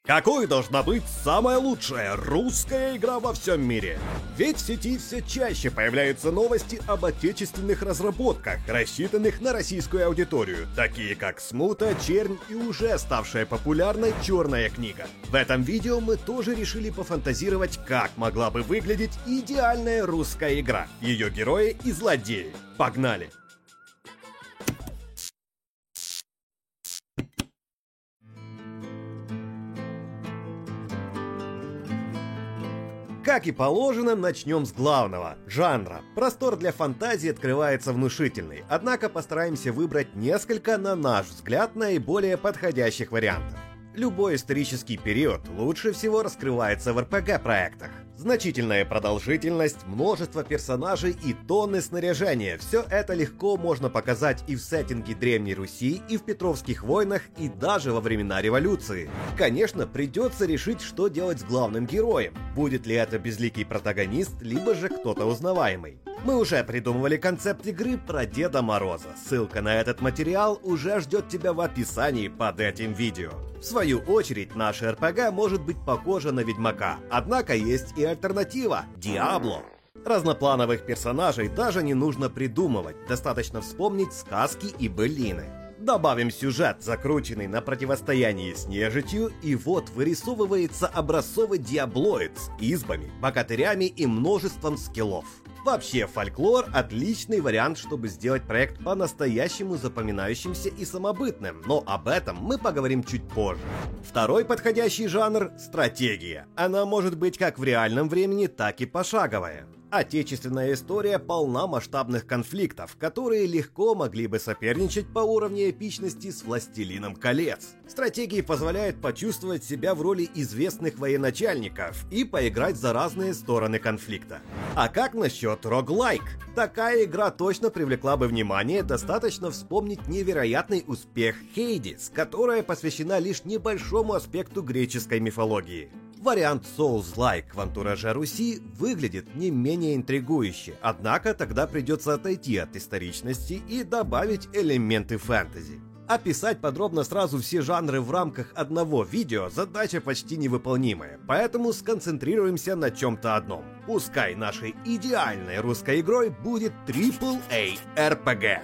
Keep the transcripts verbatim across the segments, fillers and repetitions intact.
Какой должна быть самая лучшая русская игра во всем мире? Ведь в сети все чаще появляются новости об отечественных разработках, рассчитанных на российскую аудиторию, такие как «Смута», «Чернь» и уже ставшая популярной «Черная книга». В этом видео мы тоже решили пофантазировать, как могла бы выглядеть идеальная русская игра, ее герои и злодеи. Погнали! Как и положено, начнем с главного – жанра. Простор для фантазии открывается внушительный, однако постараемся выбрать несколько, на наш взгляд, наиболее подходящих вариантов. Любой исторический период лучше всего раскрывается в эр пи джи-проектах. Значительная продолжительность, множество персонажей и тонны снаряжения – все это легко можно показать и в сеттинге Древней Руси, и в Петровских войнах, и даже во времена революции. Конечно, придется решить, что делать с главным героем. Будет ли это безликий протагонист, либо же кто-то узнаваемый. Мы уже придумывали концепт игры про Деда Мороза. Ссылка на этот материал уже ждет тебя в описании под этим видео. В свою очередь, наша эр пи джи может быть похожа на Ведьмака, однако есть и альтернатива – Диабло. Разноплановых персонажей даже не нужно придумывать, достаточно вспомнить сказки и былины. Добавим сюжет, закрученный на противостоянии с нежитью, и вот вырисовывается образцовый диаблоид с избами, богатырями и множеством скиллов. Вообще, фольклор – отличный вариант, чтобы сделать проект по-настоящему запоминающимся и самобытным, но об этом мы поговорим чуть позже. Второй подходящий жанр – стратегия. Она может быть как в реальном времени, так и пошаговая. Отечественная история полна масштабных конфликтов, которые легко могли бы соперничать по уровню эпичности с «Властелином колец». Стратегии позволяют почувствовать себя в роли известных военачальников и поиграть за разные стороны конфликта. А как насчет роглайк? Такая игра точно привлекла бы внимание, достаточно вспомнить невероятный успех Hades, которая посвящена лишь небольшому аспекту греческой мифологии. Вариант Souls-like в антураже Руси выглядит не менее интригующе, однако тогда придется отойти от историчности и добавить элементы фэнтези. Описать подробно сразу все жанры в рамках одного видео задача почти невыполнимая, поэтому сконцентрируемся на чем-то одном. Пускай нашей идеальной русской игрой будет трипл эй эр пи джи.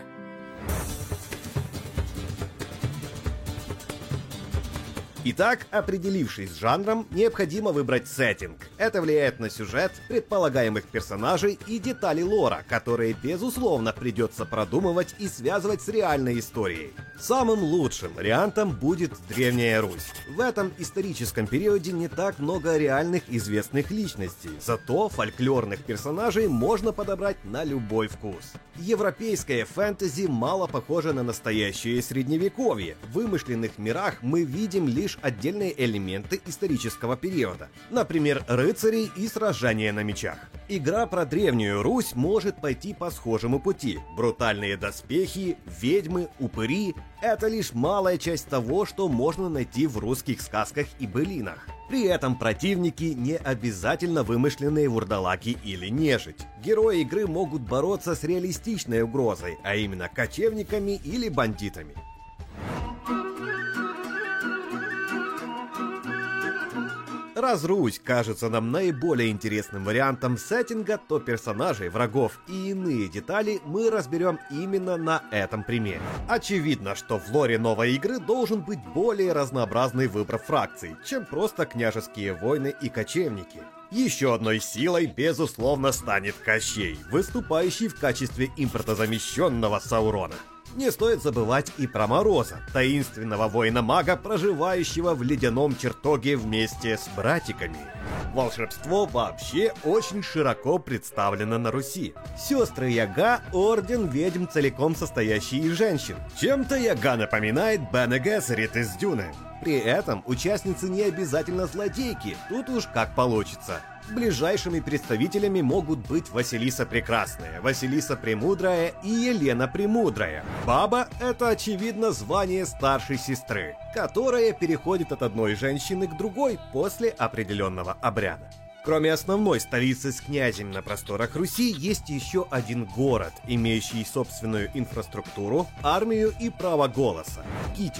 Итак, определившись с жанром, необходимо выбрать сеттинг. Это влияет на сюжет, предполагаемых персонажей и детали лора, которые, безусловно, придется продумывать и связывать с реальной историей. Самым лучшим вариантом будет Древняя Русь. В этом историческом периоде не так много реальных известных личностей, зато фольклорных персонажей можно подобрать на любой вкус. Европейское фэнтези мало похоже на настоящее средневековье. В вымышленных мирах мы видим лишь отдельные элементы исторического периода, например, рыцарей и сражения на мечах. Игра про Древнюю Русь может пойти по схожему пути. Брутальные доспехи, ведьмы, упыри – это лишь малая часть того, что можно найти в русских сказках и былинах. При этом противники не обязательно вымышленные вурдалаки или нежить. Герои игры могут бороться с реалистичной угрозой, а именно кочевниками или бандитами. Раз Русь кажется нам наиболее интересным вариантом сеттинга, то персонажей, врагов и иные детали мы разберем именно на этом примере. Очевидно, что в лоре новой игры должен быть более разнообразный выбор фракций, чем просто княжеские войны и кочевники. Еще одной силой, безусловно, станет Кощей, выступающий в качестве импортозамещенного Саурона. Не стоит забывать и про Мороза, таинственного воина-мага, проживающего в ледяном чертоге вместе с братиками. Волшебство вообще очень широко представлено на Руси. Сестры Яга – орден ведьм, целиком состоящий из женщин. Чем-то Яга напоминает Бене Гессерит из Дюны. При этом участницы не обязательно злодейки, тут уж как получится. Ближайшими представителями могут быть Василиса Прекрасная, Василиса Премудрая и Елена Премудрая. Баба – это, очевидно, звание старшей сестры, которая переходит от одной женщины к другой после определенного обряда. Кроме основной столицы с князем на просторах Руси, есть еще один город, имеющий собственную инфраструктуру, армию и право голоса – Китеж.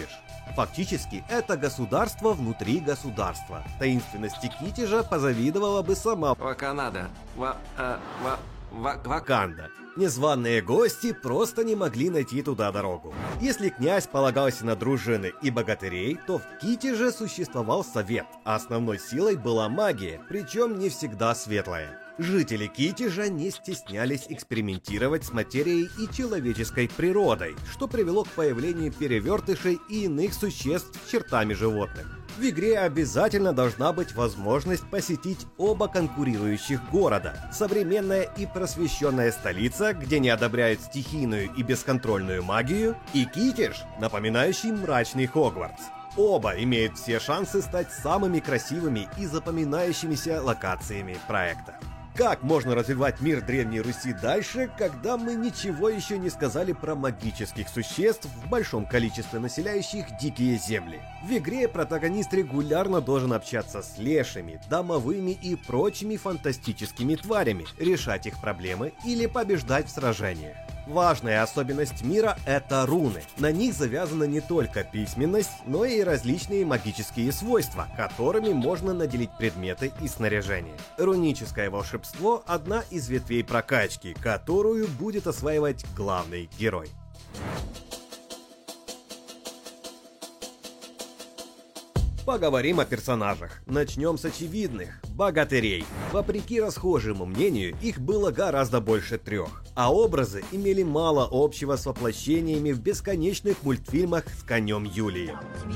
Фактически, это государство внутри государства. Таинственности Китежа позавидовала бы сама Ваканада. Ва... А, ва... Ва... Ваканда. Незваные гости просто не могли найти туда дорогу. Если князь полагался на дружины и богатырей, то в Китеже существовал совет, а основной силой была магия, причем не всегда светлая. Жители Китежа не стеснялись экспериментировать с материей и человеческой природой, что привело к появлению перевертышей и иных существ с чертами животных. В игре обязательно должна быть возможность посетить оба конкурирующих города. Современная и просвещенная столица, где не одобряют стихийную и бесконтрольную магию, и Китеж, напоминающий мрачный Хогвартс. Оба имеют все шансы стать самыми красивыми и запоминающимися локациями проекта. Как можно развивать мир Древней Руси дальше, когда мы ничего еще не сказали про магических существ в большом количестве населяющих дикие земли? В игре протагонист регулярно должен общаться с лешими, домовыми и прочими фантастическими тварями, решать их проблемы или побеждать в сражениях. Важная особенность мира — это руны. На них завязана не только письменность, но и различные магические свойства, которыми можно наделить предметы и снаряжение. Руническое волшебство — одна из ветвей прокачки, которую будет осваивать главный герой. Поговорим о персонажах. Начнем с очевидных – богатырей. Вопреки расхожему мнению, их было гораздо больше трех. А образы имели мало общего с воплощениями в бесконечных мультфильмах с конем Юлием.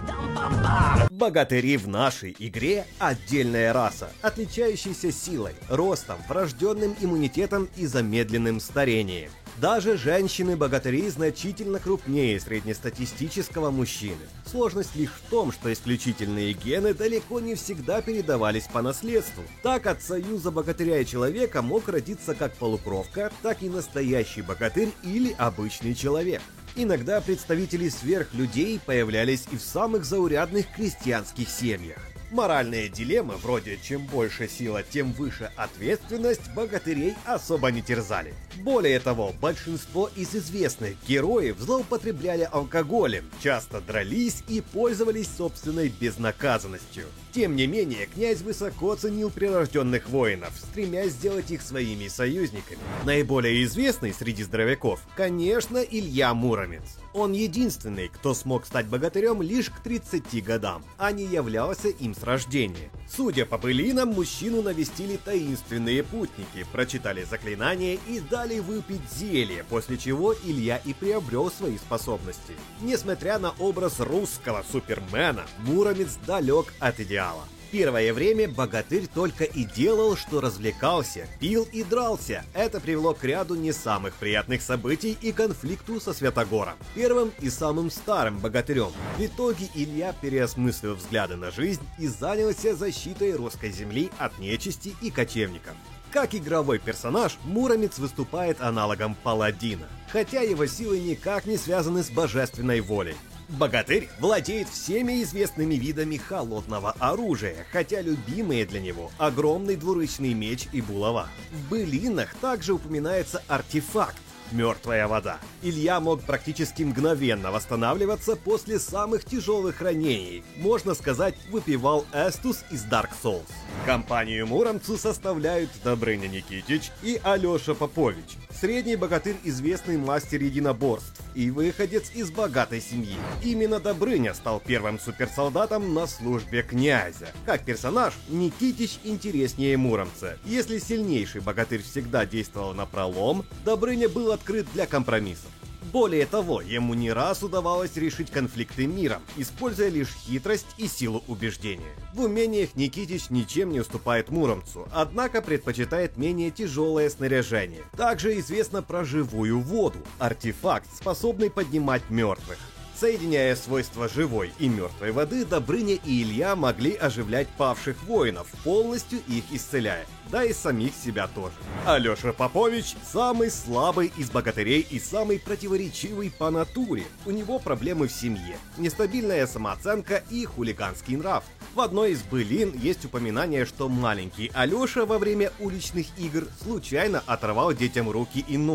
Богатыри в нашей игре – отдельная раса, отличающаяся силой, ростом, врожденным иммунитетом и замедленным старением. Даже женщины-богатыри значительно крупнее среднестатистического мужчины. Сложность лишь в том, что исключительные гены далеко не всегда передавались по наследству. Так от союза богатыря и человека мог родиться как полукровка, так и настоящий богатырь или обычный человек. Иногда представители сверхлюдей появлялись и в самых заурядных крестьянских семьях. Моральные дилеммы, вроде «чем больше сила, тем выше ответственность», богатырей особо не терзали. Более того, большинство из известных героев злоупотребляли алкоголем, часто дрались и пользовались собственной безнаказанностью. Тем не менее, князь высоко ценил прирожденных воинов, стремясь сделать их своими союзниками. Наиболее известный среди здоровяков, конечно, Илья Муромец. Он единственный, кто смог стать богатырем лишь к тридцати годам, а не являлся им с рождения. Судя по былинам, мужчину навестили таинственные путники, прочитали заклинания и дали выпить зелье, после чего Илья и приобрел свои способности. Несмотря на образ русского супермена, Муромец далек от идеала. Первое время богатырь только и делал, что развлекался, пил и дрался. Это привело к ряду не самых приятных событий и конфликту со Святогором, первым и самым старым богатырем. В итоге Илья переосмыслил взгляды на жизнь и занялся защитой русской земли от нечисти и кочевников. Как игровой персонаж, Муромец выступает аналогом паладина, хотя его силы никак не связаны с божественной волей. Богатырь владеет всеми известными видами холодного оружия, хотя любимые для него — огромный двуручный меч и булава. В былинах также упоминается артефакт — мертвая вода. Илья мог практически мгновенно восстанавливаться после самых тяжелых ранений. Можно сказать, выпивал Эстус из Dark Souls. Компанию Муромцу составляют Добрыня Никитич и Алеша Попович. Средний богатырь — известный мастер единоборств и выходец из богатой семьи. Именно Добрыня стал первым суперсолдатом на службе князя. Как персонаж, Никитич интереснее Муромца. Если сильнейший богатырь всегда действовал напролом, Добрыня был открыт для компромиссов. Более того, ему не раз удавалось решить конфликты миром, используя лишь хитрость и силу убеждения. В умениях Никитич ничем не уступает Муромцу, однако предпочитает менее тяжелое снаряжение. Также известно про живую воду – артефакт, способный поднимать мертвых. Соединяя свойства живой и мертвой воды, Добрыня и Илья могли оживлять павших воинов, полностью их исцеляя, да и самих себя тоже. Алеша Попович – самый слабый из богатырей и самый противоречивый по натуре. У него проблемы в семье, нестабильная самооценка и хулиганский нрав. В одной из былин есть упоминание, что маленький Алеша во время уличных игр случайно оторвал детям руки и ноги.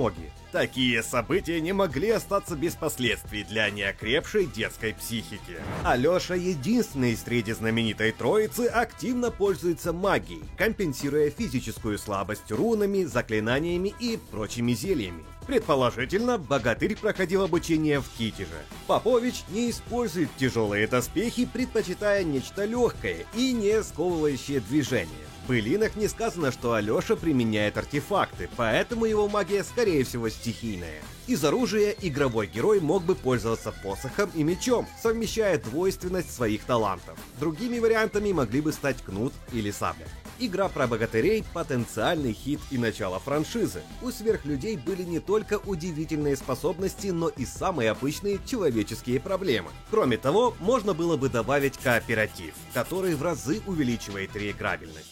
Такие события не могли остаться без последствий для неокрепшей детской психики. Алёша, единственный среди знаменитой троицы, активно пользуется магией, компенсируя физическую слабость рунами, заклинаниями и прочими зельями. Предположительно, богатырь проходил обучение в Китеже. Попович не использует тяжелые доспехи, предпочитая нечто легкое и не сковывающее движение. В былинах не сказано, что Алёша применяет артефакты, поэтому его магия, скорее всего, стихийная. Из оружия игровой герой мог бы пользоваться посохом и мечом, совмещая двойственность своих талантов. Другими вариантами могли бы стать кнут или сабля. Игра про богатырей — потенциальный хит и начало франшизы. У сверхлюдей были не только удивительные способности, но и самые обычные человеческие проблемы. Кроме того, можно было бы добавить кооператив, который в разы увеличивает реиграбельность.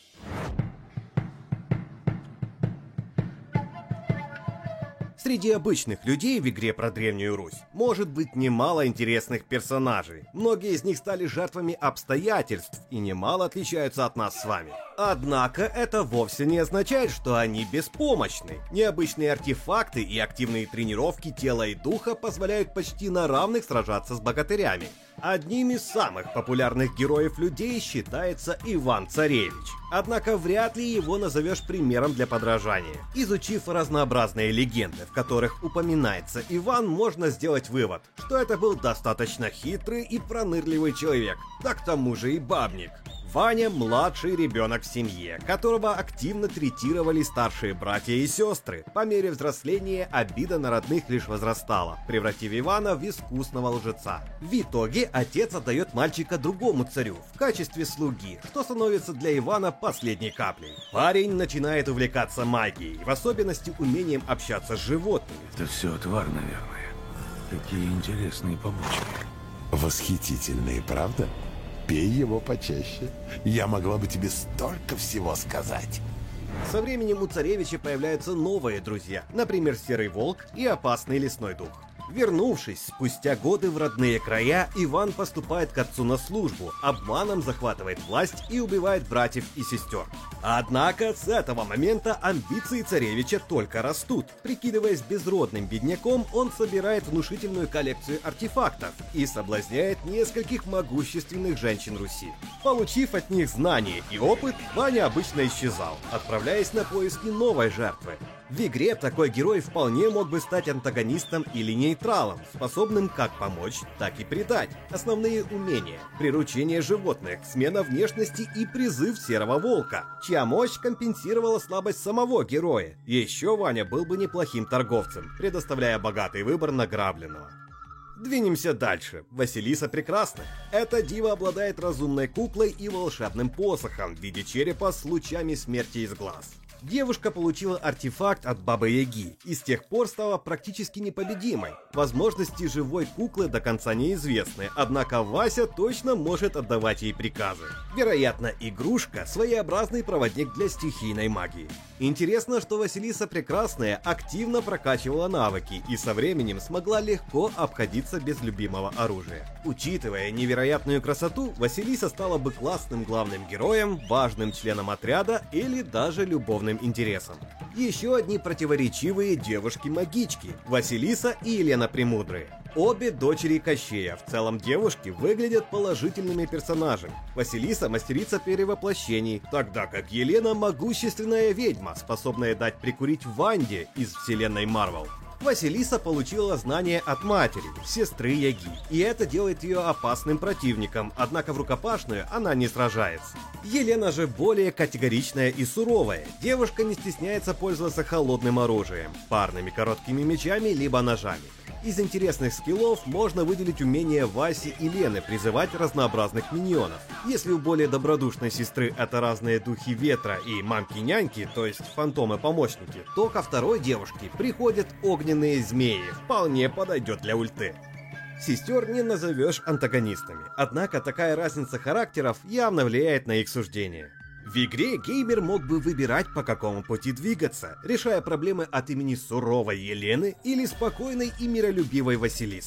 Среди обычных людей в игре про Древнюю Русь может быть немало интересных персонажей. Многие из них стали жертвами обстоятельств и немало отличаются от нас с вами. Однако это вовсе не означает, что они беспомощны. Необычные артефакты и активные тренировки тела и духа позволяют почти на равных сражаться с богатырями. Одним из самых популярных героев людей считается Иван-Царевич. Однако вряд ли его назовешь примером для подражания. Изучив разнообразные легенды, в которых упоминается Иван, можно сделать вывод, что это был достаточно хитрый и пронырливый человек, да к тому же и бабник. Ваня – младший ребенок в семье, которого активно третировали старшие братья и сестры. По мере взросления обида на родных лишь возрастала, превратив Ивана в искусного лжеца. В итоге отец отдает мальчика другому царю в качестве слуги, что становится для Ивана последней каплей. Парень начинает увлекаться магией, в особенности умением общаться с животными. Это все отвар, наверное. Какие интересные побочки. Восхитительные, правда? Пей его почаще. Я могла бы тебе столько всего сказать. Со временем у царевича появляются новые друзья, например, Серый Волк и Опасный Лесной Дух. Вернувшись спустя годы в родные края, Иван поступает к отцу на службу, обманом захватывает власть и убивает братьев и сестер. Однако с этого момента амбиции царевича только растут. Прикидываясь безродным бедняком, он собирает внушительную коллекцию артефактов и соблазняет нескольких могущественных женщин Руси. Получив от них знания и опыт, Ваня обычно исчезал, отправляясь на поиски новой жертвы. В игре такой герой вполне мог бы стать антагонистом или нейтралом, способным как помочь, так и предать. Основные умения – приручение животных, смена внешности и призыв Серого Волка, чья мощь компенсировала слабость самого героя. Еще Ваня был бы неплохим торговцем, предоставляя богатый выбор награбленного. Двинемся дальше. Василиса прекрасна. Эта дива обладает разумной куклой и волшебным посохом в виде черепа с лучами смерти из глаз. Девушка получила артефакт от Бабы-Яги и с тех пор стала практически непобедимой. Возможности живой куклы до конца неизвестны, однако Вася точно может отдавать ей приказы. Вероятно, игрушка – своеобразный проводник для стихийной магии. Интересно, что Василиса Прекрасная активно прокачивала навыки и со временем смогла легко обходиться без любимого оружия. Учитывая невероятную красоту, Василиса стала бы классным главным героем, важным членом отряда или даже любовным интересом. Еще одни противоречивые девушки-магички – Василиса и Елена Премудрые. Обе дочери Кощея, в целом девушки, выглядят положительными персонажами. Василиса – мастерица перевоплощений, тогда как Елена – могущественная ведьма, способная дать прикурить Ванде из вселенной Марвел. Василиса получила знания от матери, сестры Яги, и это делает ее опасным противником, однако в рукопашную она не сражается. Елена же более категоричная и суровая. Девушка не стесняется пользоваться холодным оружием, парными короткими мечами либо ножами. Из интересных скиллов можно выделить умение Васи и Лены призывать разнообразных миньонов. Если у более добродушной сестры это разные духи ветра и мамки-няньки, то есть фантомы-помощники, то ко второй девушке приходят огненные змеи, вполне подойдет для ульты. Сестер не назовешь антагонистами, однако такая разница характеров явно влияет на их суждение. В игре геймер мог бы выбирать, по какому пути двигаться, решая проблемы от имени суровой Елены или спокойной и миролюбивой Василисы.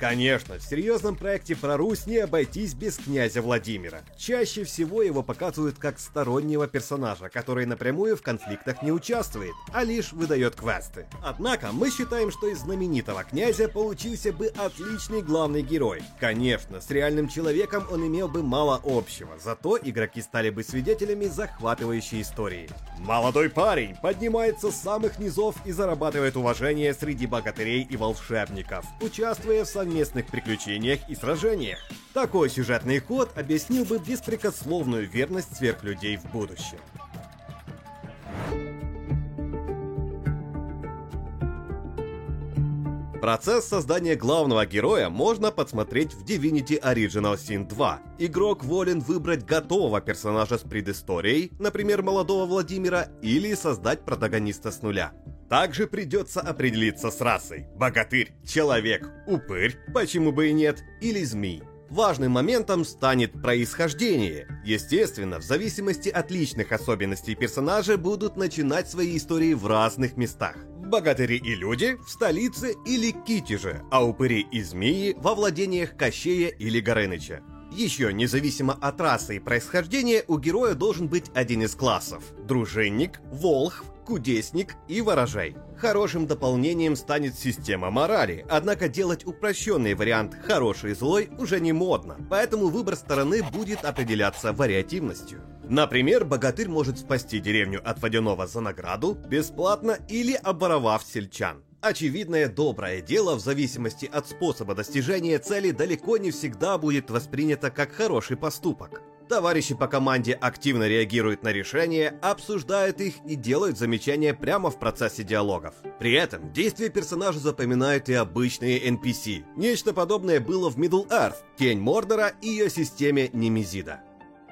Конечно, в серьезном проекте про Русь не обойтись без князя Владимира. Чаще всего его показывают как стороннего персонажа, который напрямую в конфликтах не участвует, а лишь выдает квесты. Однако мы считаем, что из знаменитого князя получился бы отличный главный герой. Конечно, с реальным человеком он имел бы мало общего, зато игроки стали бы свидетелями захватывающей истории. Молодой парень поднимается с самых низов и зарабатывает уважение среди богатырей и волшебников, участвуя в совместных приключениях и сражениях. Такой сюжетный ход объяснил бы беспрекословную верность сверхлюдей в будущем. Процесс создания главного героя можно подсмотреть в Divinity Original Sin два. Игрок волен выбрать готового персонажа с предысторией, например, молодого Владимира, или создать протагониста с нуля. Также придется определиться с расой: богатырь, человек, упырь, почему бы и нет, или змей. Важным моментом станет происхождение. Естественно, в зависимости от личных особенностей персонажа будут начинать свои истории в разных местах. Богатыри и люди в столице или Китеже, а упыри и змеи во владениях Кощея или Горыныча. Еще независимо от расы и происхождения у героя должен быть один из классов: дружинник, волхв, кудесник и ворожей. Хорошим дополнением станет система морали, однако делать упрощенный вариант «хороший и злой» уже не модно, поэтому выбор стороны будет определяться вариативностью. Например, богатырь может спасти деревню от водяного за награду, бесплатно или обворовав сельчан. Очевидное доброе дело в зависимости от способа достижения цели далеко не всегда будет воспринято как хороший поступок. Товарищи по команде активно реагируют на решения, обсуждают их и делают замечания прямо в процессе диалогов. При этом действия персонажа запоминают и обычные эн пи си. Нечто подобное было в Middle-earth, Тень Мордора и ее системе Немезида.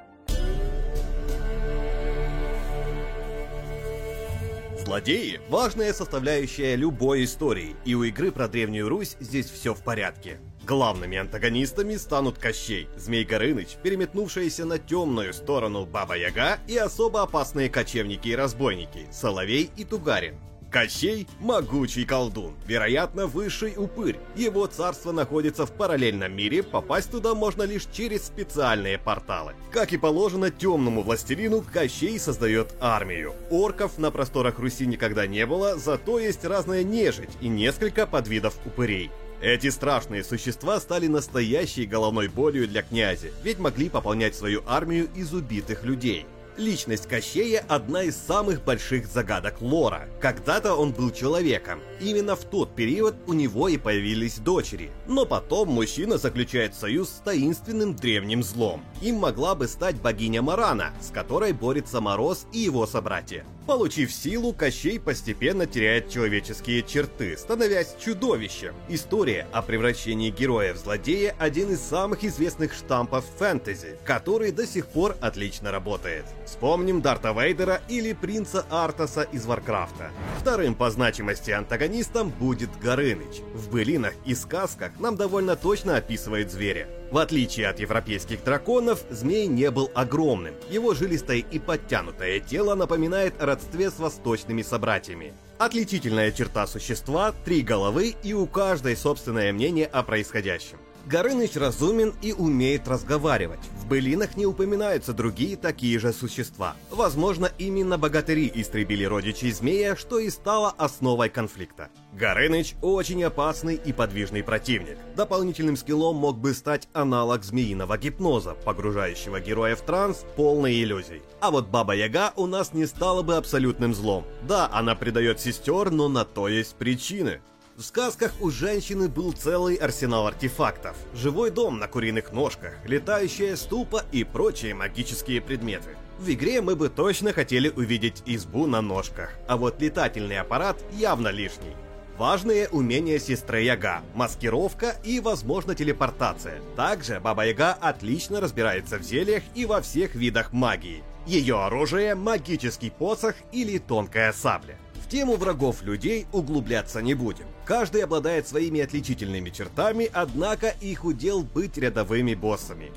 Злодеи – важная составляющая любой истории, и у игры про Древнюю Русь здесь все в порядке. Главными антагонистами станут Кощей, Змей Горыныч, переметнувшаяся на темную сторону Баба Яга, и особо опасные кочевники и разбойники – Соловей и Тугарин. Кощей – могучий колдун, вероятно, высший упырь. Его царство находится в параллельном мире, попасть туда можно лишь через специальные порталы. Как и положено темному властелину, Кощей создает армию. Орков на просторах Руси никогда не было, зато есть разная нежить и несколько подвидов упырей. Эти страшные существа стали настоящей головной болью для князя, ведь могли пополнять свою армию из убитых людей. Личность Кощея – одна из самых больших загадок лора. Когда-то он был человеком. Именно в тот период у него и появились дочери. Но потом мужчина заключает союз с таинственным древним злом. Им могла бы стать богиня Марана, с которой борется Мороз и его собратья. Получив силу, Кощей постепенно теряет человеческие черты, становясь чудовищем. История о превращении героя в злодея – один из самых известных штампов фэнтези, который до сих пор отлично работает. Вспомним Дарта Вейдера или принца Артаса из Варкрафта. Вторым по значимости антагонистом будет Горыныч. В былинах и сказках нам довольно точно описывает зверя. В отличие от европейских драконов, змей не был огромным. Его жилистое и подтянутое тело напоминает о родстве с восточными собратьями. Отличительная черта существа – три головы, и у каждой собственное мнение о происходящем. Горыныч разумен и умеет разговаривать. В былинах не упоминаются другие такие же существа. Возможно, именно богатыри истребили родичей змея, что и стало основой конфликта. Горыныч очень опасный и подвижный противник. Дополнительным скиллом мог бы стать аналог змеиного гипноза, погружающего героя в транс, полный иллюзий. А вот Баба Яга у нас не стала бы абсолютным злом. Да, она предает сестер, но на то есть причины. В сказках у женщины был целый арсенал артефактов. Живой дом на куриных ножках, летающая ступа и прочие магические предметы. В игре мы бы точно хотели увидеть избу на ножках, а вот летательный аппарат явно лишний. Важные умения сестры Яга, маскировка и, возможно, телепортация. Также Баба Яга отлично разбирается в зельях и во всех видах магии. Ее оружие – магический посох или тонкая сабля. В тему врагов людей углубляться не будем. Каждый обладает своими отличительными чертами, однако их удел быть рядовыми боссами.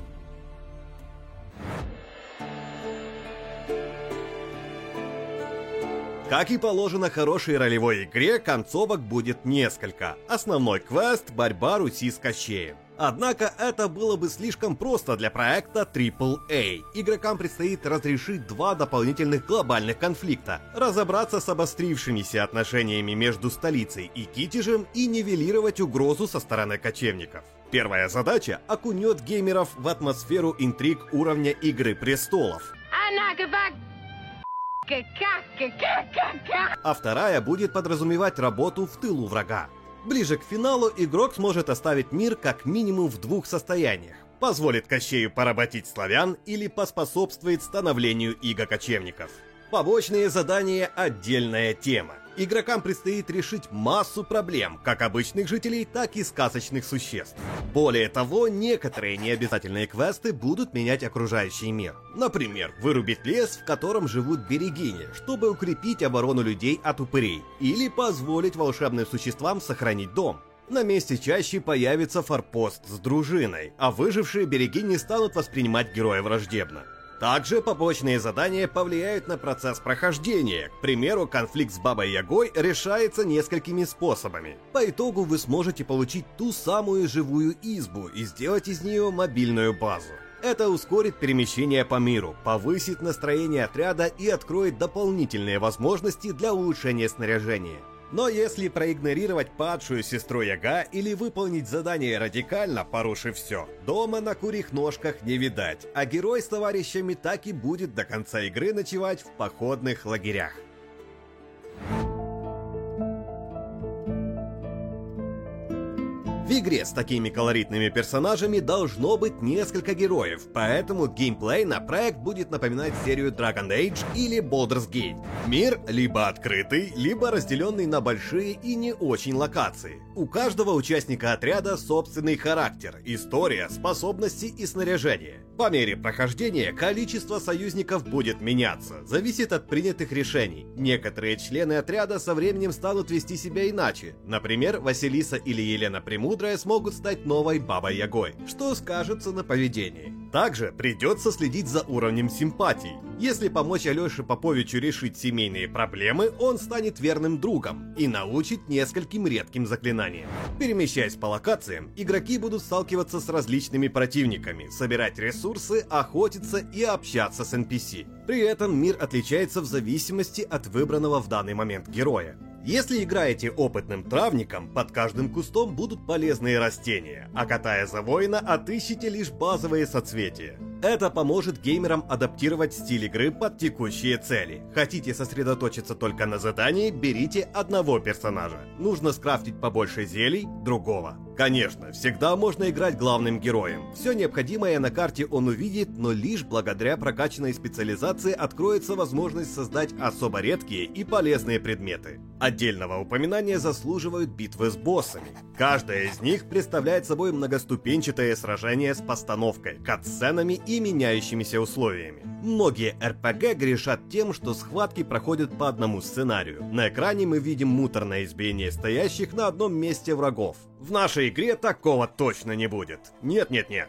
Как и положено хорошей ролевой игре, концовок будет несколько. Основной квест – борьба Руси с Кощеем. Однако это было бы слишком просто для проекта трипл эй. Игрокам предстоит разрешить два дополнительных глобальных конфликта, разобраться с обострившимися отношениями между столицей и Китежем и нивелировать угрозу со стороны кочевников. Первая задача окунет геймеров в атмосферу интриг уровня Игры Престолов. А вторая будет подразумевать работу в тылу врага. Ближе к финалу игрок сможет оставить мир как минимум в двух состояниях. Позволит Кощею поработить славян или поспособствует становлению иго-кочевников. Побочные задания – отдельная тема. Игрокам предстоит решить массу проблем, как обычных жителей, так и сказочных существ. Более того, некоторые необязательные квесты будут менять окружающий мир. Например, вырубить лес, в котором живут берегини, чтобы укрепить оборону людей от упырей, или позволить волшебным существам сохранить дом. На месте чаще появится форпост с дружиной, а выжившие берегини станут воспринимать героя враждебно. Также побочные задания повлияют на процесс прохождения. К примеру, конфликт с Бабой Ягой решается несколькими способами. По итогу вы сможете получить ту самую живую избу и сделать из нее мобильную базу. Это ускорит перемещение по миру, повысит настроение отряда и откроет дополнительные возможности для улучшения снаряжения. Но если проигнорировать падшую сестру Яга или выполнить задание радикально, порушив все, дома на курьих ножках не видать, а герой с товарищами так и будет до конца игры ночевать в походных лагерях. В игре с такими колоритными персонажами должно быть несколько героев, поэтому геймплейно проект будет напоминать серию Dragon Age или Baldur's Gate. Мир либо открытый, либо разделенный на большие и не очень локации. У каждого участника отряда собственный характер, история, способности и снаряжение. По мере прохождения количество союзников будет меняться, зависит от принятых решений. Некоторые члены отряда со временем станут вести себя иначе. Например, Василиса или Елена Премудрая смогут стать новой Бабой Ягой, что скажется на поведении. Также придется следить за уровнем симпатий. Если помочь Алёше Поповичу решить семейные проблемы, он станет верным другом и научит нескольким редким заклинаниям. Перемещаясь по локациям, игроки будут сталкиваться с различными противниками, собирать ресурсы, охотиться и общаться с эн пи си. При этом мир отличается в зависимости от выбранного в данный момент героя. Если играете опытным травником, под каждым кустом будут полезные растения, а катая за воина, отыщите лишь базовые соцветия. Это поможет геймерам адаптировать стиль игры под текущие цели. Хотите сосредоточиться только на задании, берите одного персонажа. Нужно скрафтить побольше зелий – другого. Конечно, всегда можно играть главным героем. Все необходимое на карте он увидит, но лишь благодаря прокачанной специализации откроется возможность создать особо редкие и полезные предметы. Отдельного упоминания заслуживают битвы с боссами. Каждая из них представляет собой многоступенчатое сражение с постановкой, катсценами и меняющимися условиями. Многие эр пи джи грешат тем, что схватки проходят по одному сценарию. На экране мы видим муторное избиение стоящих на одном месте врагов. В нашей игре такого точно не будет. Нет-нет-нет.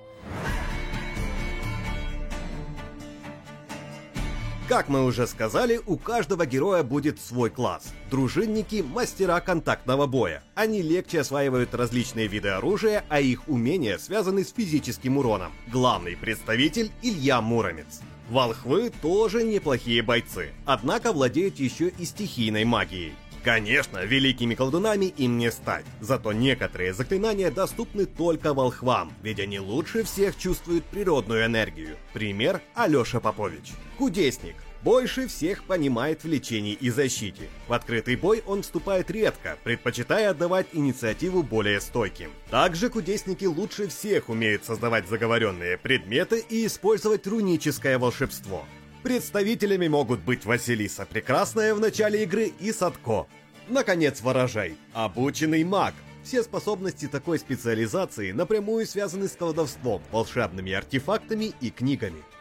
Как мы уже сказали, у каждого героя будет свой класс. Дружинники – мастера контактного боя. Они легче осваивают различные виды оружия, а их умения связаны с физическим уроном. Главный представитель – Илья Муромец. Волхвы тоже неплохие бойцы, однако владеют еще и стихийной магией. Конечно, великими колдунами им не стать, зато некоторые заклинания доступны только волхвам, ведь они лучше всех чувствуют природную энергию. Пример – Алёша Попович. Кудесник. Больше всех понимает в лечении и защите. В открытый бой он вступает редко, предпочитая отдавать инициативу более стойким. Также кудесники лучше всех умеют создавать заговоренные предметы и использовать руническое волшебство. Представителями могут быть Василиса Прекрасная в начале игры и Садко. Наконец, Ворожай – обученный маг. Все способности такой специализации напрямую связаны с колдовством, волшебными артефактами и книгами.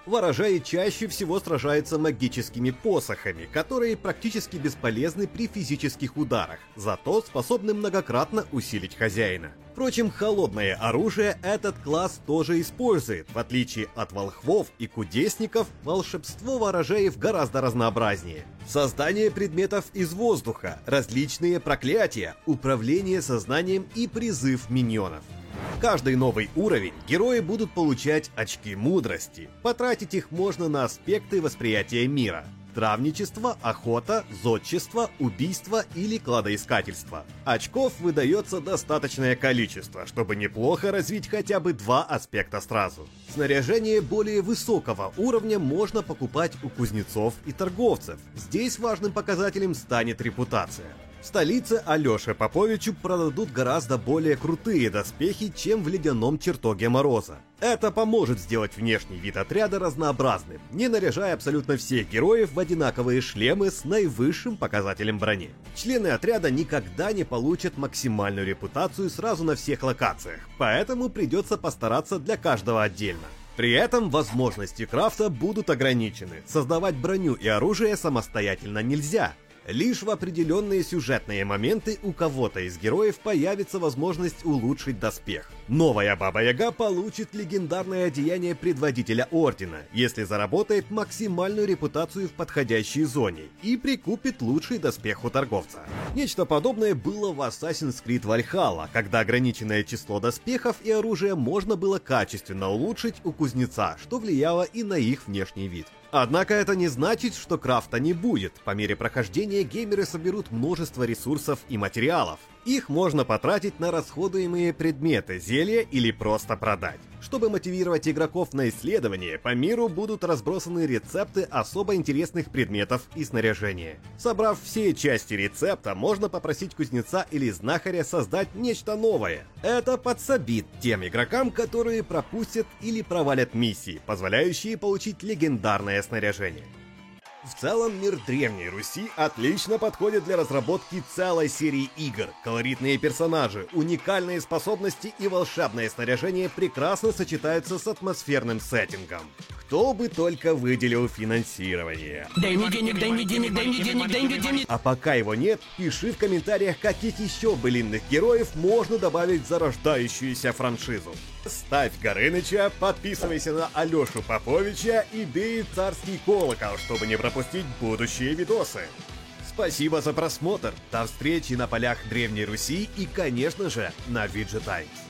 Ворожаи чаще всего сражаются магическими посохами, которые практически бесполезны при физических ударах, зато способны многократно усилить хозяина. Впрочем, холодное оружие этот класс тоже использует. В отличие от волхвов и кудесников, волшебство ворожеев гораздо разнообразнее. Создание предметов из воздуха, различные проклятия, управление сознанием и призыв миньонов. Каждый новый уровень герои будут получать очки мудрости. Потратить их можно на аспекты восприятия мира. Травничество, охота, зодчество, убийство или кладоискательство. Очков выдается достаточное количество, чтобы неплохо развить хотя бы два аспекта сразу. Снаряжение более высокого уровня можно покупать у кузнецов и торговцев. Здесь важным показателем станет репутация. В столице Алёше Поповичу продадут гораздо более крутые доспехи, чем в Ледяном Чертоге Мороза. Это поможет сделать внешний вид отряда разнообразным, не наряжая абсолютно всех героев в одинаковые шлемы с наивысшим показателем брони. Члены отряда никогда не получат максимальную репутацию сразу на всех локациях, поэтому придется постараться для каждого отдельно. При этом возможности крафта будут ограничены, создавать броню и оружие самостоятельно нельзя. Лишь в определенные сюжетные моменты у кого-то из героев появится возможность улучшить доспех. Новая Баба-Яга получит легендарное одеяние предводителя Ордена, если заработает максимальную репутацию в подходящей зоне и прикупит лучший доспех у торговца. Нечто подобное было в Assassin's Creed Valhalla, когда ограниченное число доспехов и оружия можно было качественно улучшить у кузнеца, что влияло и на их внешний вид. Однако это не значит, что крафта не будет. По мере прохождения геймеры соберут множество ресурсов и материалов. Их можно потратить на расходуемые предметы, зелья или просто продать. Чтобы мотивировать игроков на исследование, по миру будут разбросаны рецепты особо интересных предметов и снаряжения. Собрав все части рецепта, можно попросить кузнеца или знахаря создать нечто новое. Это подсобит тем игрокам, которые пропустят или провалят миссии, позволяющие получить легендарное снаряжение. В целом, мир Древней Руси отлично подходит для разработки целой серии игр. Колоритные персонажи, уникальные способности и волшебное снаряжение прекрасно сочетаются с атмосферным сеттингом. Кто бы только выделил финансирование. Дай мне денег, дай мне денег, дай мне денег, дай мне денег. А пока его нет, пиши в комментариях, каких еще былинных героев можно добавить в зарождающуюся франшизу. Ставь Горыныча, подписывайся на Алёшу Поповича и бей царский колокол, чтобы не пропустить будущие видосы. Спасибо за просмотр, до встречи на полях Древней Руси и, конечно же, на ви джи Times.